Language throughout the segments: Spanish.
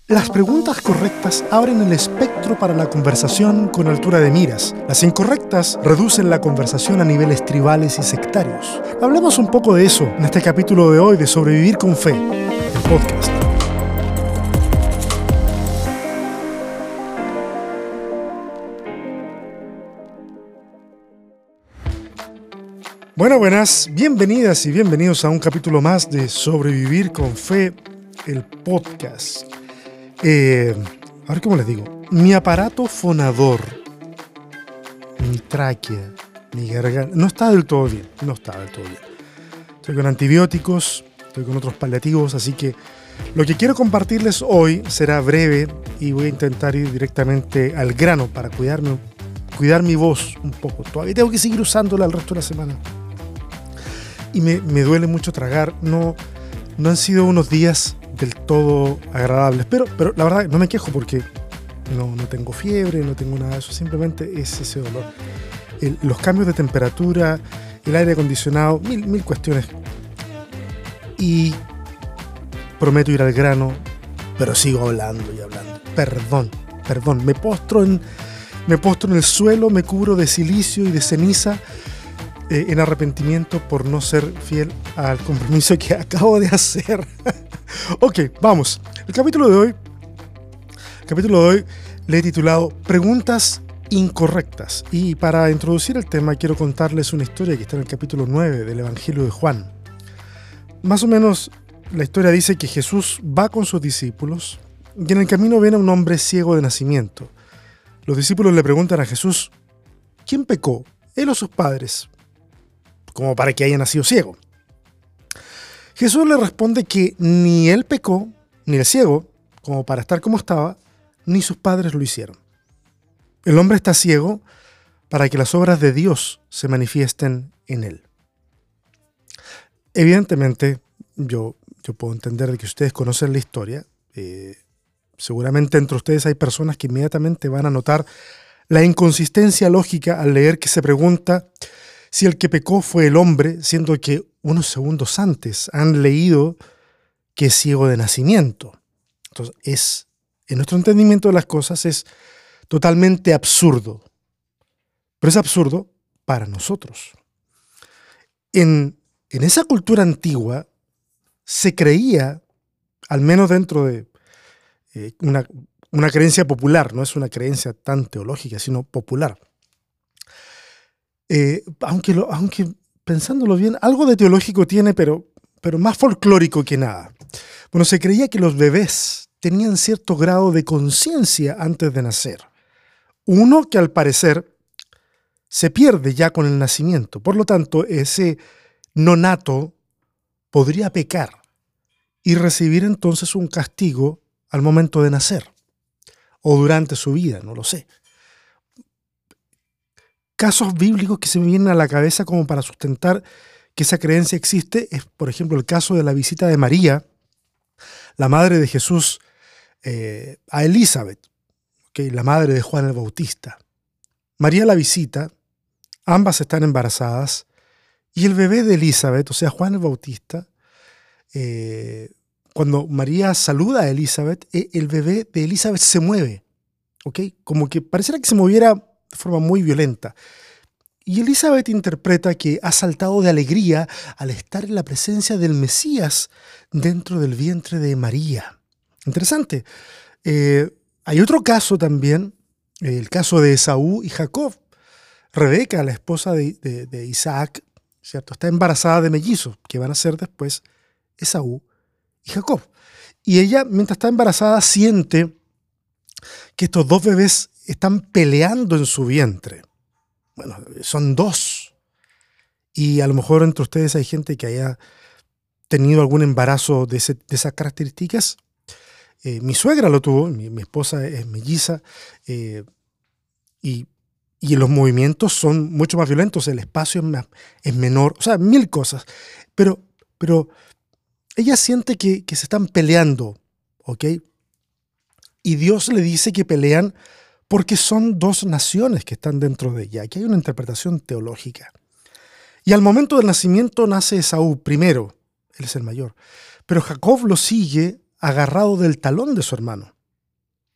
Las preguntas correctas abren el espectro para la conversación con altura de miras. Las incorrectas reducen la conversación a niveles tribales y sectarios. Hablemos un poco de eso en este capítulo de hoy de Sobrevivir con Fe, el podcast. Buenas, bienvenidas y bienvenidos a un capítulo más de Sobrevivir con Fe, el podcast. A ver cómo les digo. Mi aparato fonador, mi tráquea, mi garganta, no está del todo bien. Estoy con antibióticos, estoy con otros paliativos, así que lo que quiero compartirles hoy será breve y voy a intentar ir directamente al grano para cuidar mi voz un poco. Todavía tengo que seguir usándola el resto de la semana. Y me duele mucho tragar. No han sido unos días del todo agradables, pero la verdad no me quejo porque no tengo fiebre, no tengo nada de eso, simplemente es ese dolor. Los cambios de temperatura, el aire acondicionado, mil cuestiones. Y prometo ir al grano, pero sigo hablando y hablando. Perdón, me postro en el suelo, me cubro de silicio y de ceniza en arrepentimiento por no ser fiel al compromiso que acabo de hacer. Ok, vamos. El capítulo de hoy le he titulado Preguntas incorrectas. Y para introducir el tema quiero contarles una historia que está en el capítulo 9 del Evangelio de Juan. Más o menos la historia dice que Jesús va con sus discípulos y en el camino ven a un hombre ciego de nacimiento. Los discípulos le preguntan a Jesús, ¿quién pecó, él o sus padres, como para que haya nacido ciego? Jesús le responde que ni él pecó, ni el ciego, como para estar como estaba, ni sus padres lo hicieron. El hombre está ciego para que las obras de Dios se manifiesten en él. Evidentemente, yo puedo entender de que ustedes conocen la historia. Seguramente entre ustedes hay personas que inmediatamente van a notar la inconsistencia lógica al leer que se pregunta si el que pecó fue el hombre, siendo que unos segundos antes han leído que es ciego de nacimiento. Entonces, en nuestro entendimiento de las cosas es totalmente absurdo. Pero es absurdo para nosotros. En esa cultura antigua se creía, al menos dentro de una creencia popular, no es una creencia tan teológica, sino popular. Aunque pensándolo bien, algo de teológico tiene, pero más folclórico que nada. Bueno, se creía que los bebés tenían cierto grado de conciencia antes de nacer. Uno que al parecer se pierde ya con el nacimiento. Por lo tanto, ese nonato podría pecar y recibir entonces un castigo al momento de nacer o durante su vida, no lo sé. Casos bíblicos que se me vienen a la cabeza como para sustentar que esa creencia existe es, por ejemplo, el caso de la visita de María, la madre de Jesús, a Elizabeth, la madre de Juan el Bautista. María la visita, ambas están embarazadas, y el bebé de Elizabeth, o sea, Juan el Bautista, cuando María saluda a Elizabeth, el bebé de Elizabeth se mueve, como que pareciera que se moviera de forma muy violenta. Y Elizabeth interpreta que ha saltado de alegría al estar en la presencia del Mesías dentro del vientre de María. Interesante. Hay otro caso también, el caso de Esaú y Jacob. Rebeca, la esposa de Isaac, ¿cierto?, está embarazada de mellizos, que van a ser después Esaú y Jacob. Y ella, mientras está embarazada, siente que estos dos bebés están peleando en su vientre. Bueno, son dos. Y a lo mejor entre ustedes hay gente que haya tenido algún embarazo de esas características. Mi suegra lo tuvo, mi esposa es melliza, y los movimientos son mucho más violentos, el espacio es menor, o sea, mil cosas. Pero ella siente que se están peleando, ¿ok? Y Dios le dice que pelean porque son dos naciones que están dentro de ella. Aquí hay una interpretación teológica. Y al momento del nacimiento nace Esaú primero, él es el mayor, pero Jacob lo sigue agarrado del talón de su hermano.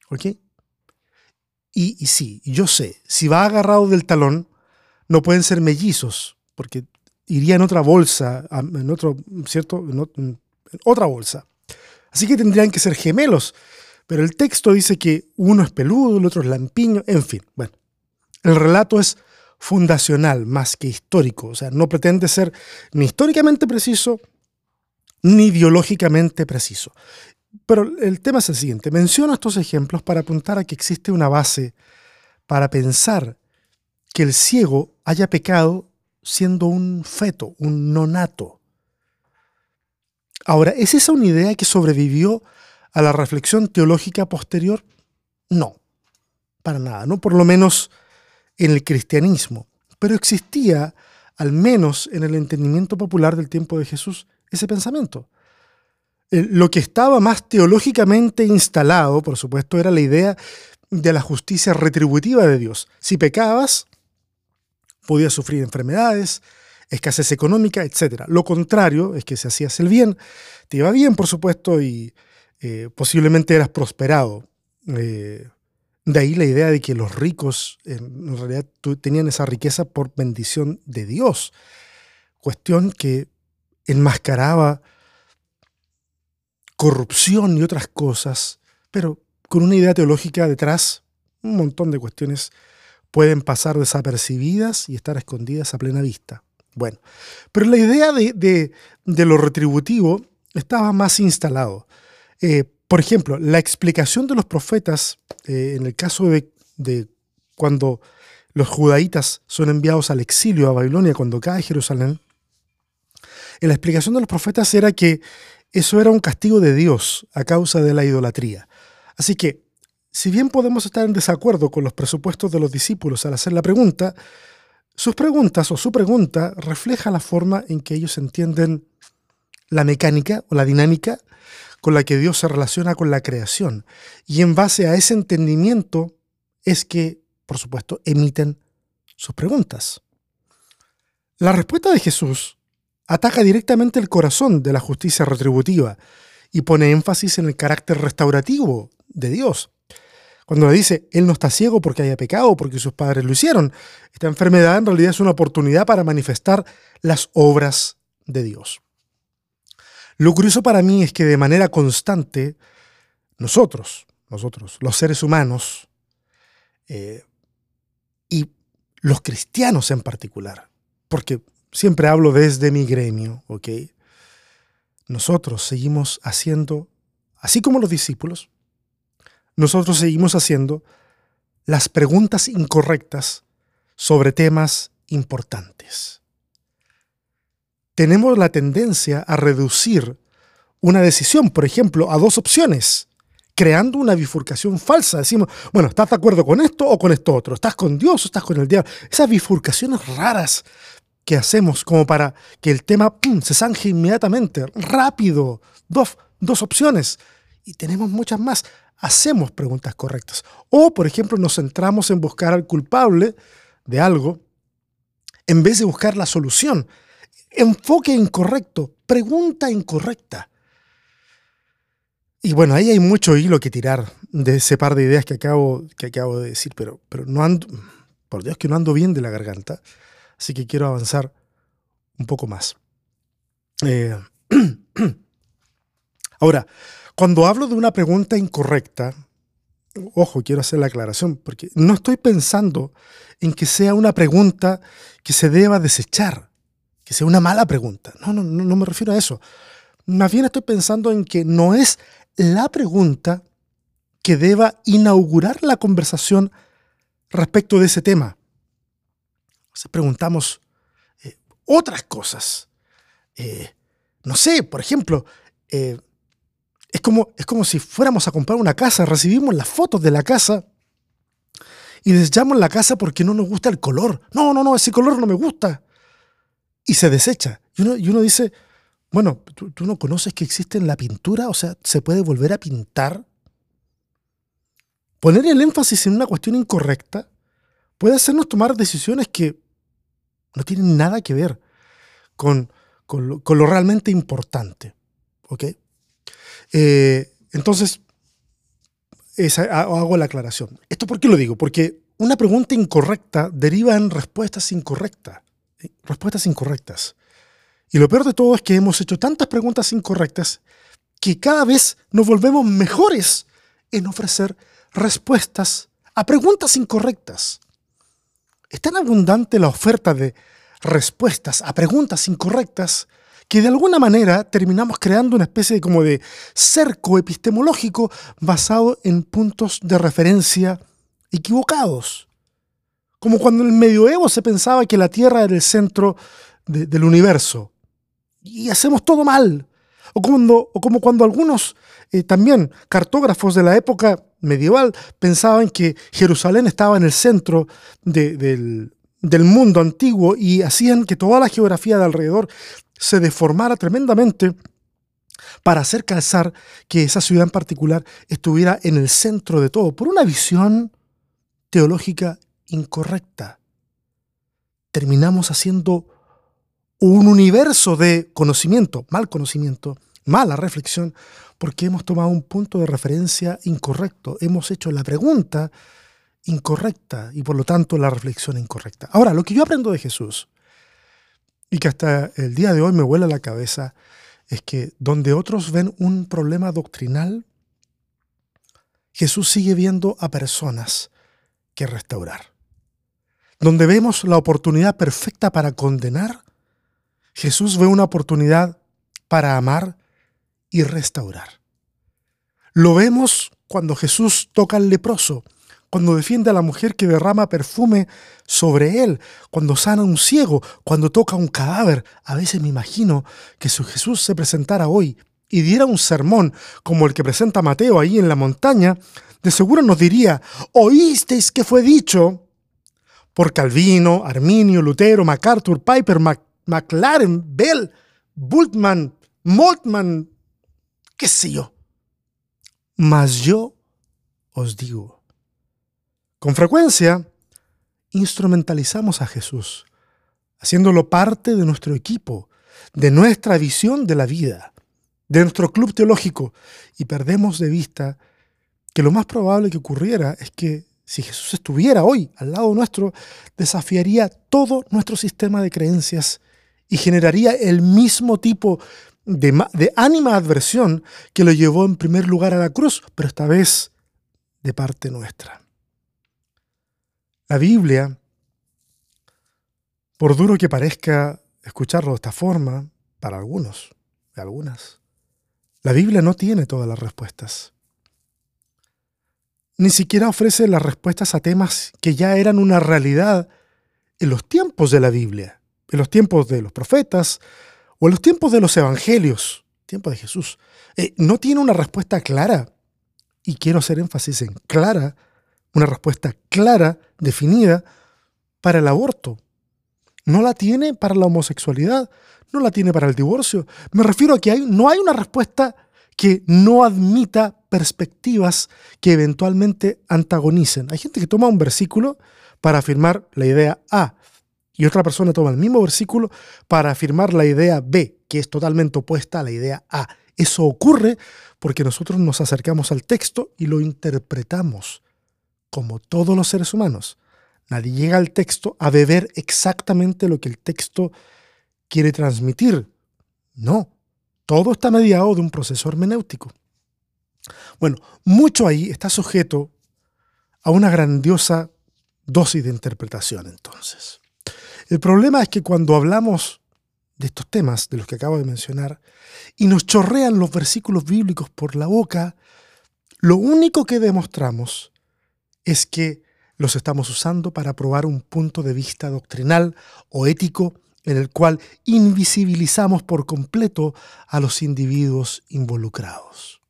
¿Ok? Y sí, yo sé, si va agarrado del talón, no pueden ser mellizos, porque iría en otra bolsa, en otro, ¿cierto? En otra bolsa. Así que tendrían que ser gemelos. Pero el texto dice que uno es peludo, el otro es lampiño, en fin. Bueno, el relato es fundacional más que histórico. O sea, no pretende ser ni históricamente preciso ni ideológicamente preciso. Pero el tema es el siguiente. Menciono estos ejemplos para apuntar a que existe una base para pensar que el ciego haya pecado siendo un feto, un nonato. Ahora, ¿es esa una idea que sobrevivió a la reflexión teológica posterior? No, para nada, no por lo menos en el cristianismo, pero existía, al menos en el entendimiento popular del tiempo de Jesús, ese pensamiento. Lo que estaba más teológicamente instalado, por supuesto, era la idea de la justicia retributiva de Dios. Si pecabas, podías sufrir enfermedades, escasez económica, etc. Lo contrario es que si hacías el bien, te iba bien, por supuesto, y posiblemente eras prosperado. De ahí la idea de que los ricos en realidad tenían esa riqueza por bendición de Dios. Cuestión que enmascaraba corrupción y otras cosas, pero con una idea teológica detrás, un montón de cuestiones pueden pasar desapercibidas y estar escondidas a plena vista. Bueno, pero la idea de lo retributivo estaba más instalado. Por ejemplo, la explicación de los profetas, en el caso de cuando los judaítas son enviados al exilio a Babilonia, cuando cae Jerusalén, la explicación de los profetas era que eso era un castigo de Dios a causa de la idolatría. Así que, si bien podemos estar en desacuerdo con los presupuestos de los discípulos al hacer la pregunta, sus preguntas o su pregunta refleja la forma en que ellos entienden la mecánica o la dinámica con la que Dios se relaciona con la creación. Y en base a ese entendimiento es que, por supuesto, emiten sus preguntas. La respuesta de Jesús ataca directamente el corazón de la justicia retributiva y pone énfasis en el carácter restaurativo de Dios. Cuando le dice, Él no está ciego porque haya pecado o porque sus padres lo hicieron, esta enfermedad en realidad es una oportunidad para manifestar las obras de Dios. Lo curioso para mí es que de manera constante, nosotros, los seres humanos, y los cristianos en particular, porque siempre hablo desde mi gremio, ¿ok? Nosotros seguimos haciendo, así como los discípulos, nosotros seguimos haciendo las preguntas incorrectas sobre temas importantes. Tenemos la tendencia a reducir una decisión, por ejemplo, a dos opciones, creando una bifurcación falsa. Decimos, bueno, ¿estás de acuerdo con esto o con esto otro? ¿Estás con Dios o estás con el diablo? Esas bifurcaciones raras que hacemos como para que el tema se zanje inmediatamente, rápido, dos opciones, y tenemos muchas más. Hacemos preguntas correctas. O, por ejemplo, nos centramos en buscar al culpable de algo en vez de buscar la solución. Enfoque incorrecto, pregunta incorrecta. Y bueno, ahí hay mucho hilo que tirar de ese par de ideas que acabo de decir, pero no ando, por Dios que no ando bien de la garganta, así que quiero avanzar un poco más. Ahora, cuando hablo de una pregunta incorrecta, ojo, quiero hacer la aclaración, porque no estoy pensando en que sea una pregunta que se deba desechar, que sea una mala pregunta. No me refiero a eso. Más bien estoy pensando en que no es la pregunta que deba inaugurar la conversación respecto de ese tema. Si preguntamos otras cosas, no sé, por ejemplo, es como si fuéramos a comprar una casa, recibimos las fotos de la casa y desechamos la casa porque no nos gusta el color. No, ese color no me gusta. Y se desecha. Y uno dice, bueno, ¿tú no conoces que existe en la pintura? O sea, ¿se puede volver a pintar? Poner el énfasis en una cuestión incorrecta puede hacernos tomar decisiones que no tienen nada que ver con lo realmente importante. ¿Ok? Entonces, hago la aclaración. ¿Esto por qué lo digo? Porque una pregunta incorrecta deriva en respuestas incorrectas. Respuestas incorrectas. Y lo peor de todo es que hemos hecho tantas preguntas incorrectas que cada vez nos volvemos mejores en ofrecer respuestas a preguntas incorrectas. Es tan abundante la oferta de respuestas a preguntas incorrectas que de alguna manera terminamos creando una especie de como de cerco epistemológico basado en puntos de referencia equivocados. Como cuando en el medioevo se pensaba que la Tierra era el centro del universo y hacemos todo mal. O como cuando algunos también cartógrafos de la época medieval pensaban que Jerusalén estaba en el centro del mundo antiguo y hacían que toda la geografía de alrededor se deformara tremendamente para hacer calzar que esa ciudad en particular estuviera en el centro de todo, por una visión teológica incorrecta. Terminamos haciendo un universo de conocimiento, mala reflexión, porque hemos tomado un punto de referencia incorrecto. Hemos hecho la pregunta incorrecta y por lo tanto la reflexión incorrecta. Ahora, lo que yo aprendo de Jesús y que hasta el día de hoy me vuela la cabeza es que donde otros ven un problema doctrinal, Jesús sigue viendo a personas que restaurar. Donde vemos la oportunidad perfecta para condenar, Jesús ve una oportunidad para amar y restaurar. Lo vemos cuando Jesús toca al leproso, cuando defiende a la mujer que derrama perfume sobre él, cuando sana a un ciego, cuando toca un cadáver. A veces me imagino que si Jesús se presentara hoy y diera un sermón como el que presenta Mateo ahí en la montaña, de seguro nos diría: ¿oísteis que fue dicho por Calvino, Arminio, Lutero, MacArthur, Piper, Maclaren, Bell, Bultmann, Moltmann, qué sé yo? Mas yo os digo. Con frecuencia instrumentalizamos a Jesús, haciéndolo parte de nuestro equipo, de nuestra visión de la vida, de nuestro club teológico, y perdemos de vista que lo más probable que ocurriera es que si Jesús estuviera hoy al lado nuestro, desafiaría todo nuestro sistema de creencias y generaría el mismo tipo de animadversión que lo llevó en primer lugar a la cruz, pero esta vez de parte nuestra. La Biblia, por duro que parezca escucharlo de esta forma, para algunos, de algunas, la Biblia no tiene todas las respuestas. Ni siquiera ofrece las respuestas a temas que ya eran una realidad en los tiempos de la Biblia, en los tiempos de los profetas o en los tiempos de los evangelios, tiempos de Jesús. No tiene una respuesta clara, y quiero hacer énfasis en clara, una respuesta clara, definida, para el aborto. No la tiene para la homosexualidad, no la tiene para el divorcio. Me refiero a que no hay una respuesta que no admita perspectivas que eventualmente antagonicen. Hay gente que toma un versículo para afirmar la idea A y otra persona toma el mismo versículo para afirmar la idea B, que es totalmente opuesta a la idea A. Eso ocurre porque nosotros nos acercamos al texto y lo interpretamos como todos los seres humanos. Nadie llega al texto a beber exactamente lo que el texto quiere transmitir. No, todo está mediado de un proceso hermenéutico. Bueno, mucho ahí está sujeto a una grandiosa dosis de interpretación, entonces. El problema es que cuando hablamos de estos temas, de los que acabo de mencionar, y nos chorrean los versículos bíblicos por la boca, lo único que demostramos es que los estamos usando para probar un punto de vista doctrinal o ético en el cual invisibilizamos por completo a los individuos involucrados.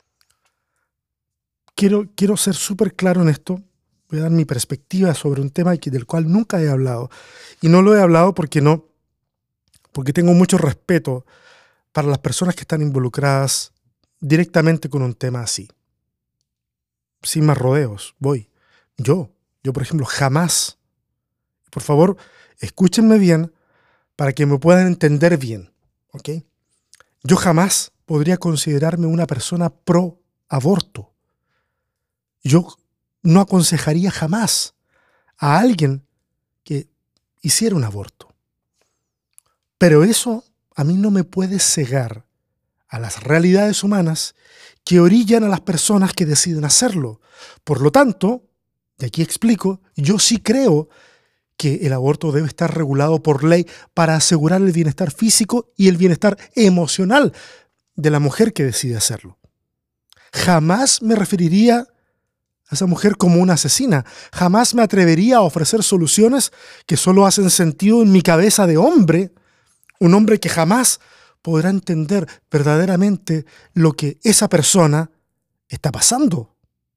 Quiero ser súper claro en esto. Voy a dar mi perspectiva sobre un tema del cual nunca he hablado. Y no lo he hablado porque tengo mucho respeto para las personas que están involucradas directamente con un tema así. Sin más rodeos, voy. Yo, por ejemplo, jamás, por favor, escúchenme bien para que me puedan entender bien, ¿ok? Yo jamás podría considerarme una persona pro aborto. yo no aconsejaría jamás a alguien que hiciera un aborto. Pero eso a mí no me puede cegar a las realidades humanas que orillan a las personas que deciden hacerlo. Por lo tanto, y aquí explico, yo sí creo que el aborto debe estar regulado por ley para asegurar el bienestar físico y el bienestar emocional de la mujer que decide hacerlo. Jamás me referiría a esa mujer como una asesina. Jamás me atrevería a ofrecer soluciones que solo hacen sentido en mi cabeza de hombre. Un hombre que jamás podrá entender verdaderamente lo que esa persona está pasando.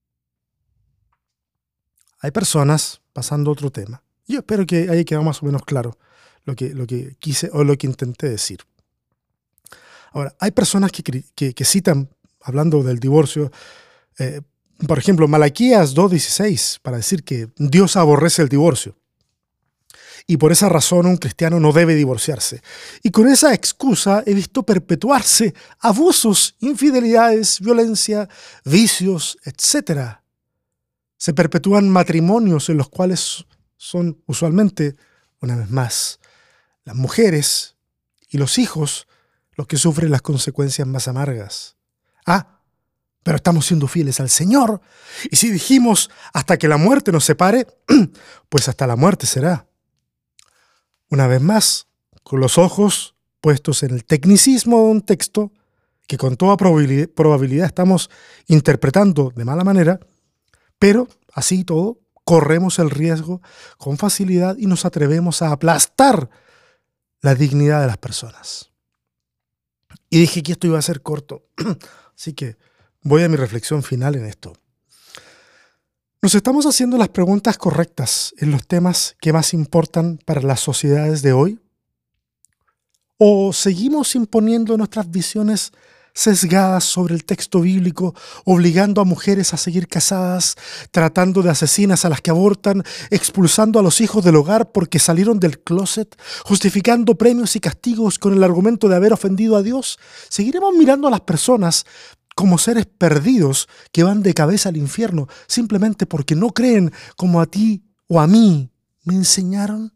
Hay personas, pasando a otro tema, yo espero que haya quedado más o menos claro lo que quise o lo que intenté decir. Ahora, hay personas que citan, hablando del divorcio, por ejemplo, Malaquías 2:16, para decir que Dios aborrece el divorcio. Y por esa razón un cristiano no debe divorciarse. Y con esa excusa he visto perpetuarse abusos, infidelidades, violencia, vicios, etc. Se perpetúan matrimonios en los cuales son usualmente, una vez más, las mujeres y los hijos los que sufren las consecuencias más amargas. Pero estamos siendo fieles al Señor. Y si dijimos hasta que la muerte nos separe, pues hasta la muerte será. Una vez más, con los ojos puestos en el tecnicismo de un texto que con toda probabilidad estamos interpretando de mala manera, pero así y todo, corremos el riesgo con facilidad y nos atrevemos a aplastar la dignidad de las personas. Y dije que esto iba a ser corto, así que voy a mi reflexión final en esto. ¿Nos estamos haciendo las preguntas correctas en los temas que más importan para las sociedades de hoy? ¿O seguimos imponiendo nuestras visiones sesgadas sobre el texto bíblico, obligando a mujeres a seguir casadas, tratando de asesinas a las que abortan, expulsando a los hijos del hogar porque salieron del closet, justificando premios y castigos con el argumento de haber ofendido a Dios? ¿Seguiremos mirando a las personas como seres perdidos que van de cabeza al infierno simplemente porque no creen como a ti o a mí me enseñaron?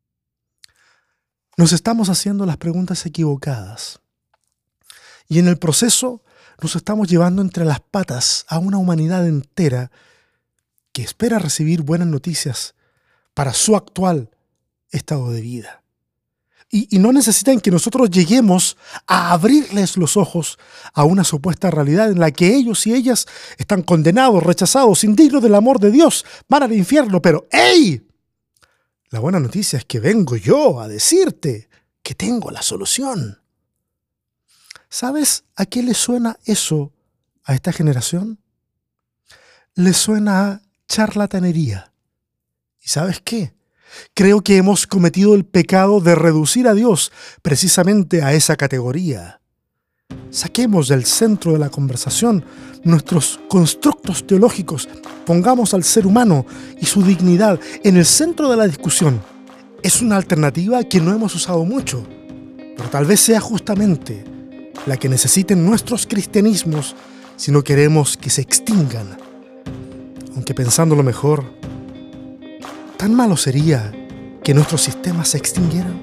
Nos estamos haciendo las preguntas equivocadas. Y en el proceso nos estamos llevando entre las patas a una humanidad entera que espera recibir buenas noticias para su actual estado de vida. Y no necesitan que nosotros lleguemos a abrirles los ojos a una supuesta realidad en la que ellos y ellas están condenados, rechazados, indignos del amor de Dios, van al infierno. Pero ¡hey! La buena noticia es que vengo yo a decirte que tengo la solución. ¿Sabes a qué le suena eso a esta generación? Le suena a charlatanería. ¿Y sabes qué? Creo que hemos cometido el pecado de reducir a Dios precisamente a esa categoría. Saquemos del centro de la conversación nuestros constructos teológicos, pongamos al ser humano y su dignidad en el centro de la discusión. Es una alternativa que no hemos usado mucho, pero tal vez sea justamente la que necesiten nuestros cristianismos si no queremos que se extingan. Aunque pensándolo mejor, ¿tan malo sería que nuestros sistemas se extinguieran?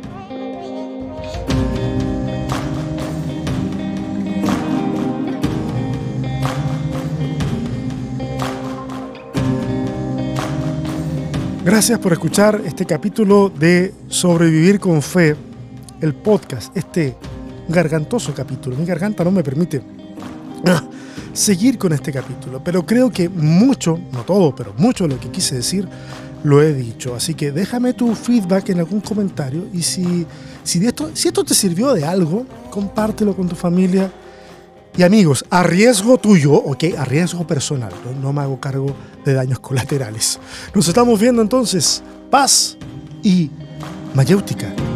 Gracias por escuchar este capítulo de Sobrevivir con Fe, el podcast, este gargantoso capítulo. Mi garganta no me permite seguir con este capítulo, pero creo que mucho, no todo, pero mucho de lo que quise decir lo he dicho. Así que déjame tu feedback en algún comentario y si esto te sirvió de algo, compártelo con tu familia y amigos, a riesgo tuyo, ¿ok? A riesgo personal, no me hago cargo de daños colaterales. Nos estamos viendo entonces. Paz y mayéutica.